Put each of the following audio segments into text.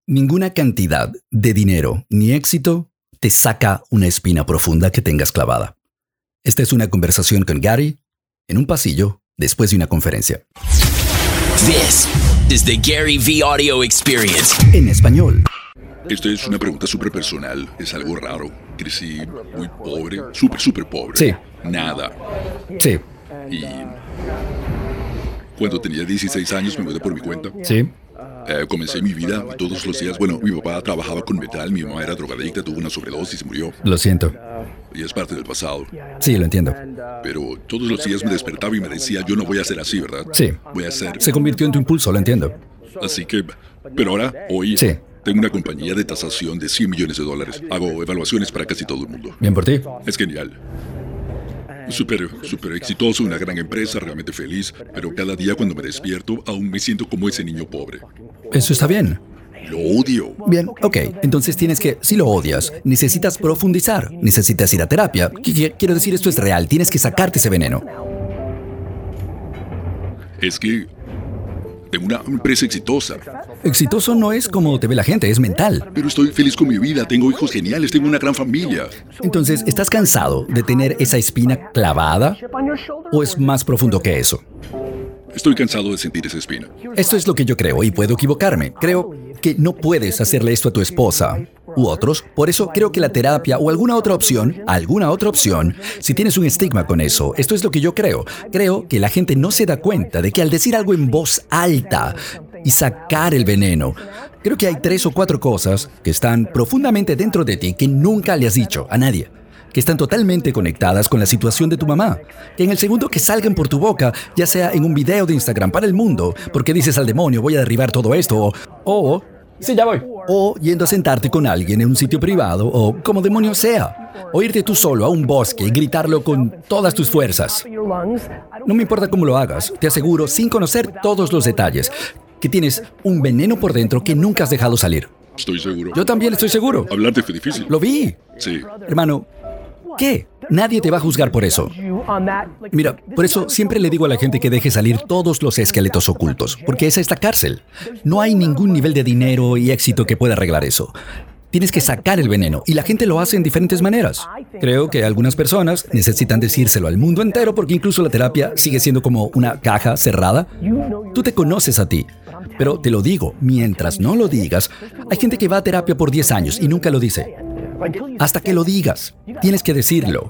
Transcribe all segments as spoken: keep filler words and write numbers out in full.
Ninguna cantidad de dinero ni éxito te saca una espina profunda que tengas clavada. Esta es una conversación con Gary en un pasillo después de una conferencia. This is the Gary V Audio Experience. En español. Esta es una pregunta súper personal. Es algo raro. Crecí muy pobre, súper, súper pobre. Sí. Nada. Sí. Y cuando tenía dieciséis años me mudé por mi cuenta. Sí. Eh, comencé mi vida todos los días. Bueno, mi papá trabajaba con metal, mi mamá era drogadicta, tuvo una sobredosis y murió. Lo siento. Y es parte del pasado. Sí, lo entiendo. Pero todos los días me despertaba y me decía, yo no voy a ser así, ¿verdad? Sí. Voy a ser... Se convirtió en tu impulso, lo entiendo. Así que... Pero ahora, hoy... Sí. Tengo una compañía de tasación de cien millones de dólares. Hago evaluaciones para casi todo el mundo. Bien por ti. Es genial. Súper, súper exitoso, una gran empresa, realmente feliz. Pero cada día cuando me despierto, aún me siento como ese niño pobre. Eso está bien. Lo odio. Bien, ok. Entonces tienes que, si lo odias, necesitas profundizar. Necesitas ir a terapia. Qu- qu- Quiero decir, esto es real. Tienes que sacarte ese veneno. Es que... Tengo una empresa exitosa. Exitoso no es como te ve la gente, es mental. Pero estoy feliz con mi vida, tengo hijos geniales, tengo una gran familia. Entonces, ¿estás cansado de tener esa espina clavada? ¿O es más profundo que eso? Estoy cansado de sentir esa espina. Esto es lo que yo creo y puedo equivocarme. Creo que no puedes hacerle esto a tu esposa u otros. Por eso creo que la terapia o alguna otra opción, alguna otra opción, si tienes un estigma con eso, esto es lo que yo creo. Creo que la gente no se da cuenta de que al decir algo en voz alta y sacar el veneno, creo que hay tres o cuatro cosas que están profundamente dentro de ti que nunca le has dicho a nadie. Que están totalmente conectadas con la situación de tu mamá. Que en el segundo que salgan por tu boca, ya sea en un video de Instagram para el mundo, porque dices al demonio, voy a derribar todo esto, o... o sí, ya voy. O yendo a sentarte con alguien en un sitio privado, o como demonio sea. O irte tú solo a un bosque y gritarlo con todas tus fuerzas. No me importa cómo lo hagas, te aseguro, sin conocer todos los detalles, que tienes un veneno por dentro que nunca has dejado salir. Estoy seguro. Yo también estoy seguro. Hablarte fue difícil. Lo vi. Sí. Hermano, ¿qué? Nadie te va a juzgar por eso. Mira, por eso siempre le digo a la gente que deje salir todos los esqueletos ocultos, porque esa es la cárcel. No hay ningún nivel de dinero y éxito que pueda arreglar eso. Tienes que sacar el veneno, y la gente lo hace en diferentes maneras. Creo que algunas personas necesitan decírselo al mundo entero porque incluso la terapia sigue siendo como una caja cerrada. Tú te conoces a ti, pero te lo digo, mientras no lo digas, hay gente que va a terapia por diez años y nunca lo dice. Hasta que lo digas, tienes que decirlo.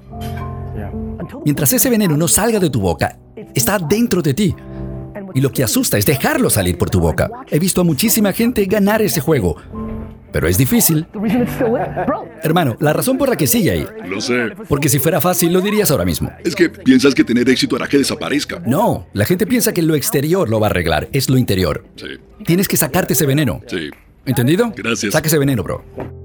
Mientras ese veneno no salga de tu boca, está dentro de ti. Y lo que asusta es dejarlo salir por tu boca. He visto a muchísima gente ganar ese juego, pero es difícil. Hermano, la razón por la que sigue ahí, Lo sé. porque si fuera fácil lo dirías ahora mismo. Es que piensas que tener éxito hará que desaparezca. No, la gente piensa que lo exterior lo va a arreglar, es lo interior. Sí. Tienes que sacarte ese veneno. Sí. ¿Entendido? Gracias. Saca ese veneno, bro.